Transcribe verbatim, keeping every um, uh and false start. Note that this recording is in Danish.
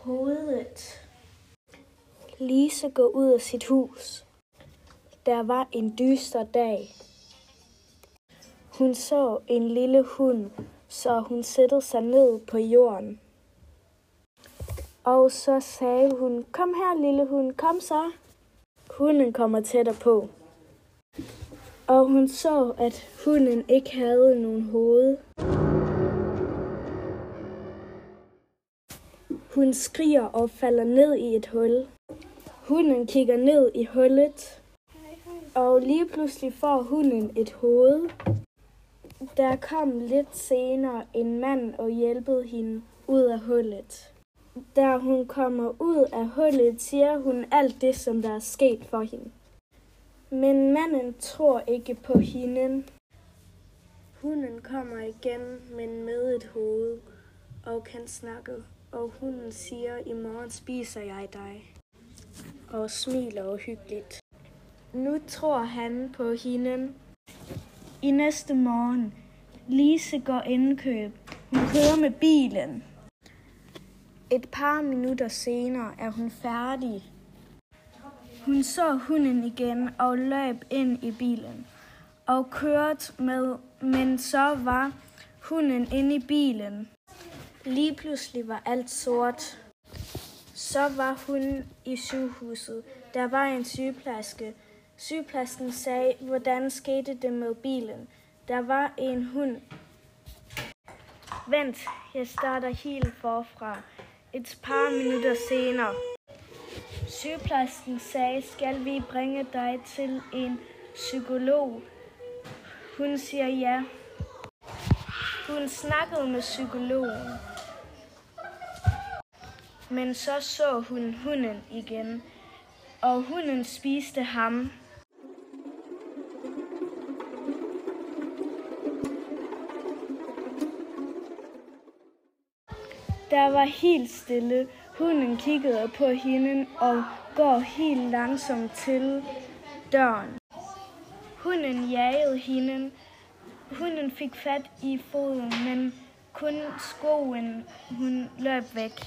hovedet. Lise går ud af sit hus. Der var en dyster dag. Hun så en lille hund, så hun sættede sig ned på jorden. Og så sagde hun, kom her lille hund, kom så. Hunden kommer tættere på. Og hun så, at hunden ikke havde nogen hoved. Hun skriger og falder ned i et hul. Hunden kigger ned i hullet, og lige pludselig får hunden et hoved. Der kom lidt senere en mand og hjælpede hende ud af hullet. Da hun kommer ud af hullet, siger hun alt det, som der er sket for hende. Men manden tror ikke på hende. Hunden kommer igen, men med et hoved og kan snakke. Og hunden siger, i morgen spiser jeg dig. Og smiler uhyggeligt. Nu tror han på hende. I næste morgen. Lise går indkøb. Hun kører med bilen. Et par minutter senere er hun færdig. Hun så hunden igen og løb ind i bilen og kørte med, men så var hunden inde i bilen. Lige pludselig var alt sort. Så var hun i sygehuset. Der var en sygeplejerske. Sygeplejersken sagde, hvordan skete det med bilen? Der var en hund. Vent, jeg starter helt forfra. Et par minutter senere. Sygeplejersken sagde, skal vi bringe dig til en psykolog? Hun siger ja. Hun snakkede med psykologen. Men så så hun hunden igen, og hunden spiste ham. Der var helt stille. Hunden kiggede på hende og går helt langsomt til døren. Hunden jagede hende. Hunden fik fat i foden, men kun skoen. Hun løb væk.